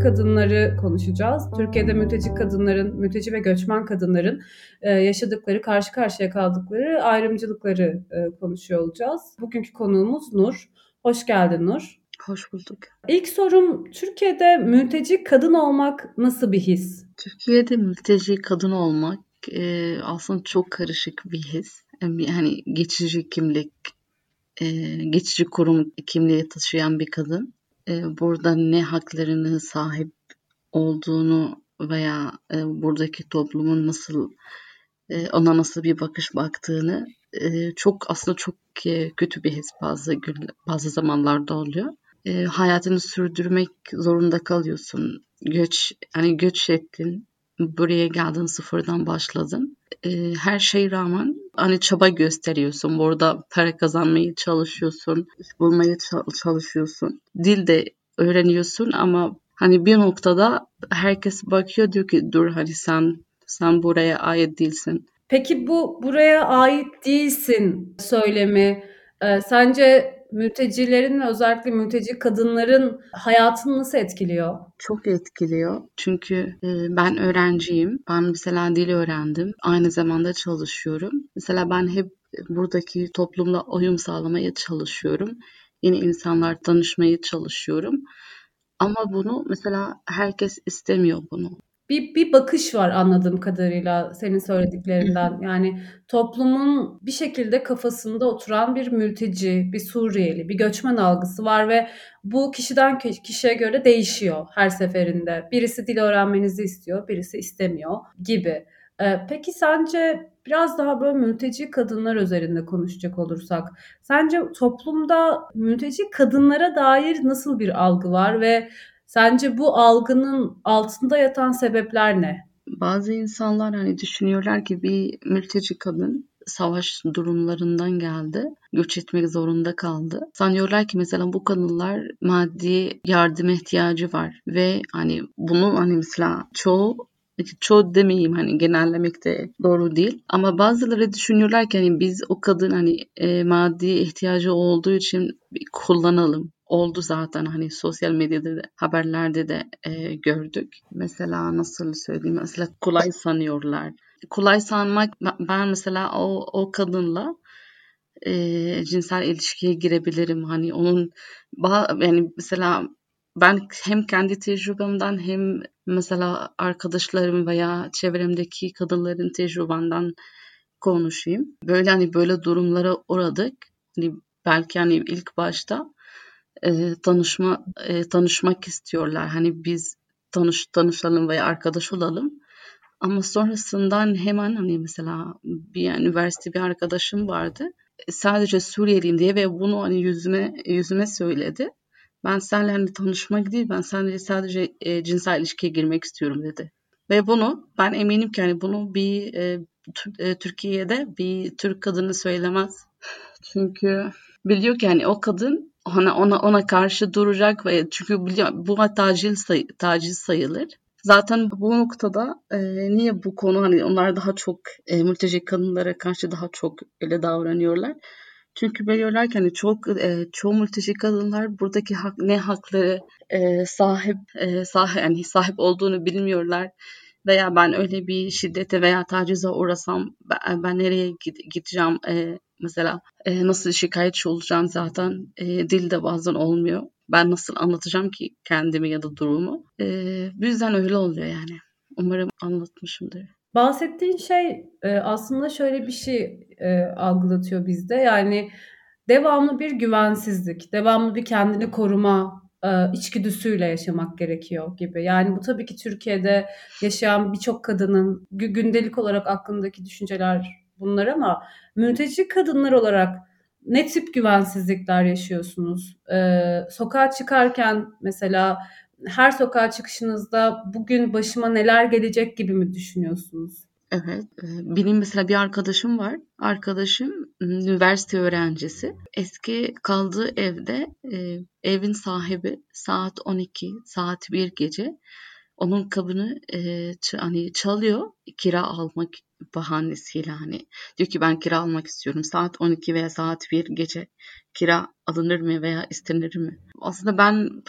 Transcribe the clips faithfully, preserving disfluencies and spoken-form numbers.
kadınları konuşacağız. Türkiye'de mülteci kadınların, mülteci ve göçmen kadınların e, yaşadıkları, karşı karşıya kaldıkları ayrımcılıkları e, konuşuyor olacağız. Bugünkü konuğumuz Nur. Hoş geldin Nur. Hoş bulduk. İlk sorum, Türkiye'de mülteci kadın olmak nasıl bir his? Türkiye'de mülteci kadın olmak e, aslında çok karışık bir his. Yani hani geçici kimlik, e, geçici kurum kimliği taşıyan bir kadın. E, burada ne haklarını sahip olduğunu veya e, buradaki toplumun nasıl e, ona nasıl bir bakış baktığını e, çok aslında çok e, kötü bir his bazı gün, bazı zamanlarda oluyor. E, hayatını sürdürmek zorunda kalıyorsun. Göç, hani göç ettin, buraya geldin, sıfırdan başladın. E, her şeye rağmen hani çaba gösteriyorsun. Burada para kazanmaya çalışıyorsun, iş bulmaya çalışıyorsun. Dil de öğreniyorsun ama hani bir noktada herkes bakıyor, diyor ki dur hani sen sen buraya ait değilsin. Peki bu buraya ait değilsin söylemi e, sence mültecilerin ve özellikle mülteci kadınların hayatını nasıl etkiliyor? Çok etkiliyor. Çünkü e, ben öğrenciyim. Ben mesela dil öğrendim. Aynı zamanda çalışıyorum. Mesela ben hep buradaki toplumla uyum sağlamaya çalışıyorum. Yeni insanlar tanışmaya çalışıyorum. Ama bunu mesela herkes istemiyor bunu. Bir, bir bakış var anladığım kadarıyla senin söylediklerinden. Yani toplumun bir şekilde kafasında oturan bir mülteci, bir Suriyeli, bir göçmen algısı var ve bu kişiden kişiye göre değişiyor her seferinde. Birisi dil öğrenmenizi istiyor, birisi istemiyor gibi. Ee, peki sence biraz daha böyle mülteci kadınlar üzerinde konuşacak olursak, sence toplumda mülteci kadınlara dair nasıl bir algı var ve sence bu algının altında yatan sebepler ne? Bazı insanlar hani düşünüyorlar ki bir mülteci kadın savaş durumlarından geldi, göç etmek zorunda kaldı. Sanıyorlar ki mesela bu kadınlar maddi yardıma ihtiyacı var ve hani bunu hani mesela çoğu çoğu demeyeyim, hani genellemek de doğru değil. Ama bazıları düşünüyorlar ki hani biz o kadın hani e, maddi ihtiyacı olduğu için bir kullanalım. Oldu zaten, hani sosyal medyada da haberlerde de e, gördük. Mesela nasıl söyleyeyim, mesela kolay sanıyorlar. Kolay sanmak, ben mesela o, o kadınla e, cinsel ilişkiye girebilirim. Hani onun yani mesela ben hem kendi tecrübemden hem mesela arkadaşlarım veya çevremdeki kadınların tecrübenden konuşayım. Böyle hani böyle durumlara uğradık. Hani belki hani ilk başta e, tanışma e, tanışmak istiyorlar. Hani biz tanış tanışalım veya arkadaş olalım. Ama sonrasından hemen hani mesela bir üniversite bir arkadaşım vardı. E, Sadece Suriyeliyim diye ve bunu hani yüzüme yüzüme söyledi. Ben seninle hani tanışmak değil, ben seninle sadece e, cinsel ilişkiye girmek istiyorum dedi. Ve bunu ben eminim ki hani bunu bir e, e, Türkiye'de bir Türk kadını söylemez. Çünkü biliyor ki hani o kadın ona ona ona karşı duracak ve çünkü biliyor bu taciz say, taciz sayılır. Zaten bu noktada e, niye bu konu hani onlar daha çok e, mülteci kadınlara karşı daha çok öyle davranıyorlar. Çünkü biliyorlar ki hani çok e, çoğu mülteci kadınlar buradaki hak, ne hakları e, sahip e, sahip yani sahip olduğunu bilmiyorlar veya ben öyle bir şiddete veya tacize uğrasam ben, ben nereye gideceğim, e, mesela e, nasıl şikayetçi olacağım, zaten e, dilde bazen olmuyor. Ben nasıl anlatacağım ki kendimi ya da durumu? E, bu yüzden öyle oluyor yani. Umarım anlatmışımdır. Bahsettiğin şey e, aslında şöyle bir şey e, algılatıyor bizde. Yani devamlı bir güvensizlik, devamlı bir kendini koruma e, içgüdüsüyle yaşamak gerekiyor gibi. Yani bu tabii ki Türkiye'de yaşayan birçok kadının gü- gündelik olarak aklındaki düşünceler bunlar ama mülteci kadınlar olarak ne tip güvensizlikler yaşıyorsunuz? E, sokağa çıkarken mesela her sokağa çıkışınızda bugün başıma neler gelecek gibi mi düşünüyorsunuz? Evet. e, Benim mesela bir arkadaşım var. Arkadaşım üniversite öğrencisi. Eski kaldığı evde e, evin sahibi saat on iki, saat bir gece onun kabını e, ç- hani çalıyor, kira almak bahanesiyle, hani diyor ki ben kira almak istiyorum. Saat on iki veya saat bir gece kira alınır mı veya istenir mi? Aslında ben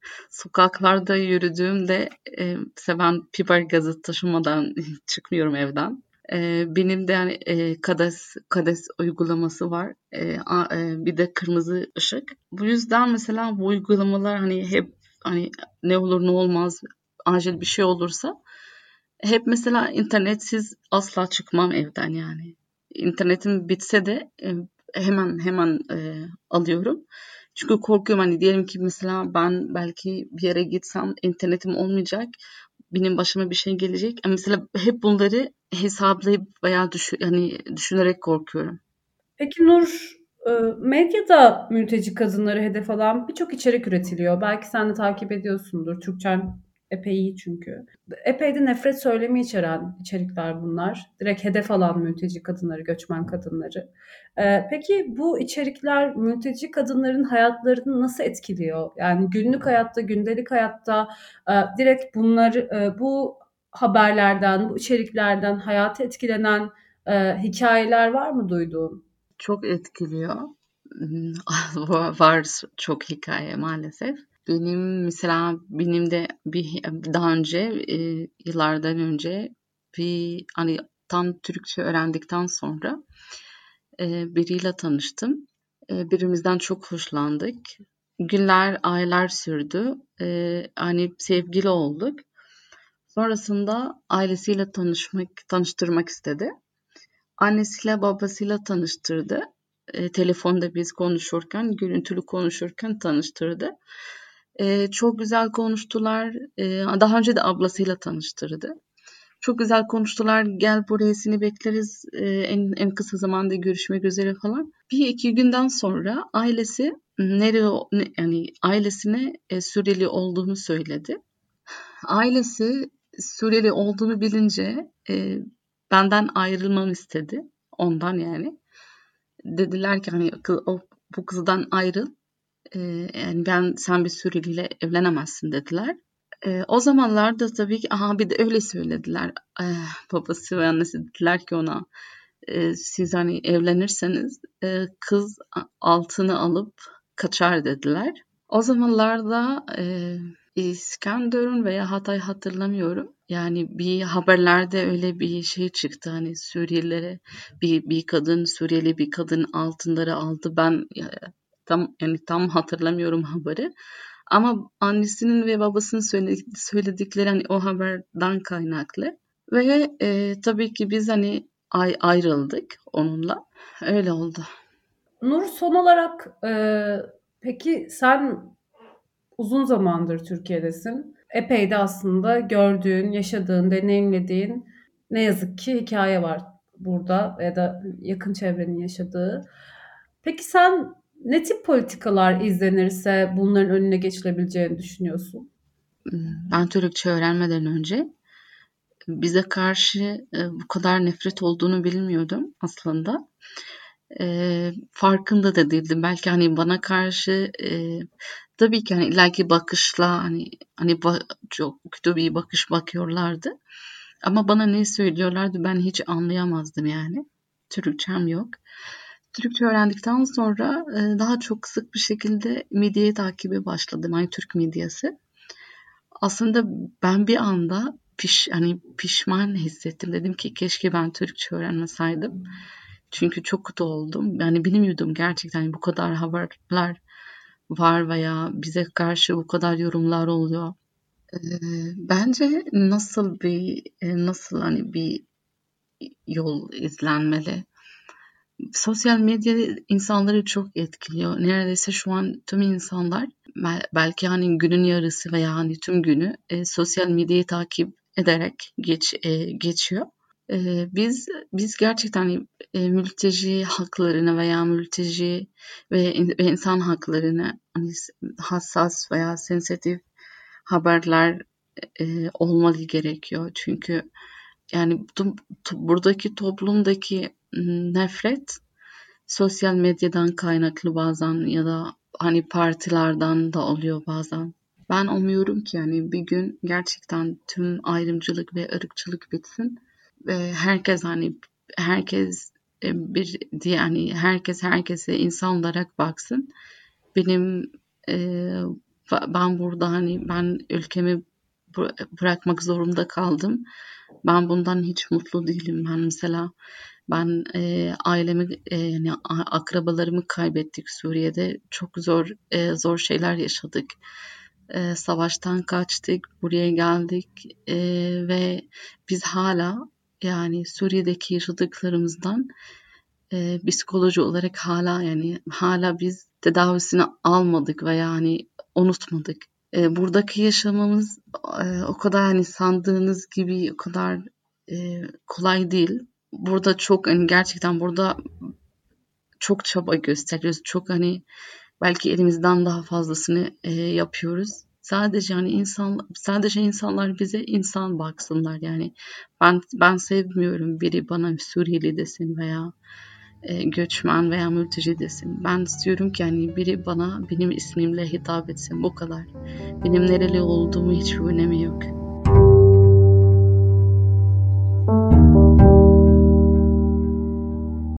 Sokaklarda yürüdüğümde e, mesela ben biber gazı taşımadan çıkmıyorum evden. E, benim de yani e, KADES, KADES uygulaması var. E, a- e, bir de kırmızı ışık. Bu yüzden mesela bu uygulamalar hani hep hani ne olur ne olmaz acil bir şey olursa hep mesela internetsiz asla çıkmam evden yani. İnternetim bitse de e, hemen hemen e, alıyorum. Çünkü korkuyorum hani diyelim ki mesela ben belki bir yere gitsem internetim olmayacak. Benim başıma bir şey gelecek. Yani mesela hep bunları hesaplayıp veya düşün, hani düşünerek korkuyorum. Peki Nur, e, medyada mülteci kadınları hedef alan birçok içerik üretiliyor. Belki sen de takip ediyorsundur. Türkçen epey iyi çünkü. Epey de nefret söylemi içeren içerikler bunlar. Direkt hedef alan mülteci kadınları, göçmen kadınları. E, peki bu içerikler mülteci kadınların hayatlarını nasıl etkiliyor? Yani günlük hayatta, gündelik hayatta e, direkt bunları, e, bu haberlerden, bu içeriklerden hayatı etkilenen e, hikayeler var mı duyduğun? Çok etkiliyor. Hmm, Var çok hikaye maalesef. Benim mesela benim de bir daha önce e, yıllardan önce bir hani tam Türkçe öğrendikten sonra e, biriyle tanıştım. E, birimizden çok hoşlandık. Günler, aylar sürdü. E, hani sevgili olduk. Sonrasında ailesiyle tanışmak, tanıştırmak istedi. Annesiyle babasıyla tanıştırdı. E, telefonda biz konuşurken, görüntülü konuşurken tanıştırdı. E, çok güzel konuştular. E, daha önce de ablasıyla tanıştırdı. Çok güzel konuştular. Gel buraya seni bekleriz. E, en, en kısa zamanda görüşmek üzere falan. Bir iki günden sonra ailesi nereye ne, yani ailesine e, Suriyeli olduğunu söyledi. Ailesi Suriyeli olduğunu bilince e, benden ayrılmamı istedi. Ondan yani. Dediler ki hani o, bu kızdan ayrıl. E, yani ben sen bir Suriyeliyle evlenemezsin dediler. E, o zamanlarda tabii ki aha bir de öyle söylediler. E, babası ve annesi dediler ki ona e, siz hani evlenirseniz e, kız altını alıp kaçar dediler. O zamanlarda e, İskenderun veya Hatay hatırlamıyorum. Yani bir haberlerde öyle bir şey çıktı hani Suriyelilere bir, bir kadın Suriyeli bir kadın altınları aldı. Ben e, tam yani tam hatırlamıyorum haberi. Ama annesinin ve babasının söyledikleri hani o haberden kaynaklı. Ve e, tabii ki biz hani ay ayrıldık onunla. Öyle oldu. Nur, son olarak e, peki sen uzun zamandır Türkiye'desin. Epey de aslında gördüğün, yaşadığın, deneyimlediğin ne yazık ki hikaye var burada ya da yakın çevrenin yaşadığı. Peki sen ne tip politikalar izlenirse bunların önüne geçilebileceğini düşünüyorsun? Ben Türkçe öğrenmeden önce bize karşı e, bu kadar nefret olduğunu bilmiyordum aslında. E, farkında da değildim. Belki hani bana karşı e, tabii ki hani illaki bakışla hani hani ba- çok kötü bir bakış bakıyorlardı. Ama bana ne söylüyorlardı ben hiç anlayamazdım yani. Türkçem yok. Türkçe öğrendikten sonra e, daha çok sık bir şekilde medyayı takibe başladım. Hani Türk medyası. Aslında ben bir anda piş hani pişman hissettim. Dedim ki keşke ben Türkçe öğrenmeseydim. Çünkü çok kötü oldum. Yani bilmiyordum gerçekten hani bu kadar haberler var veya bize karşı bu kadar yorumlar oluyor. Ee, Bence nasıl bir e, nasıl hani bir yol izlenmeli? Sosyal medya insanları çok etkiliyor. Neredeyse şu an tüm insanlar belki hani günün yarısı veya hani tüm günü e, sosyal medyayı takip ederek geç e, geçiyor. E, biz biz gerçekten hani, e, mülteci haklarını veya mülteci ve, ve insan haklarını hani hassas veya sensitif haberler e, olmalı gerekiyor. Çünkü yani tu- tu- buradaki toplumdaki nefret sosyal medyadan kaynaklı bazen ya da hani partilerden de oluyor bazen. Ben umuyorum ki yani bir gün gerçekten tüm ayrımcılık ve ırkçılık bitsin ve herkes hani herkes e, bir diye hani herkes herkese insan olarak baksın. Benim e, ben burada hani ben ülkemi bırakmak zorunda kaldım. Ben bundan hiç mutlu değilim. Ben mesela ben e, ailemi e, yani akrabalarımı kaybettik Suriye'de. Çok zor e, zor şeyler yaşadık. E, savaştan kaçtık, buraya geldik e, ve biz hala yani Suriye'deki yaşadıklarımızdan e, psikoloji olarak hala yani hala biz tedavisini almadık ve yani unutmadık. E, buradaki yaşamamız e, o kadar hani sandığınız gibi o kadar e, kolay değil. Burada çok hani gerçekten burada çok çaba gösteriyoruz. Çok hani belki elimizden daha fazlasını e, yapıyoruz. Sadece hani insan sadece insanlar bize insan baksınlar yani. Ben ben sevmiyorum biri bana Suriyeli desin veya e, göçmen veya mülteci desin. Ben istiyorum ki hani biri bana benim ismimle hitap etsin bu kadar. Benim nereli olduğumu hiçbir önemi yok.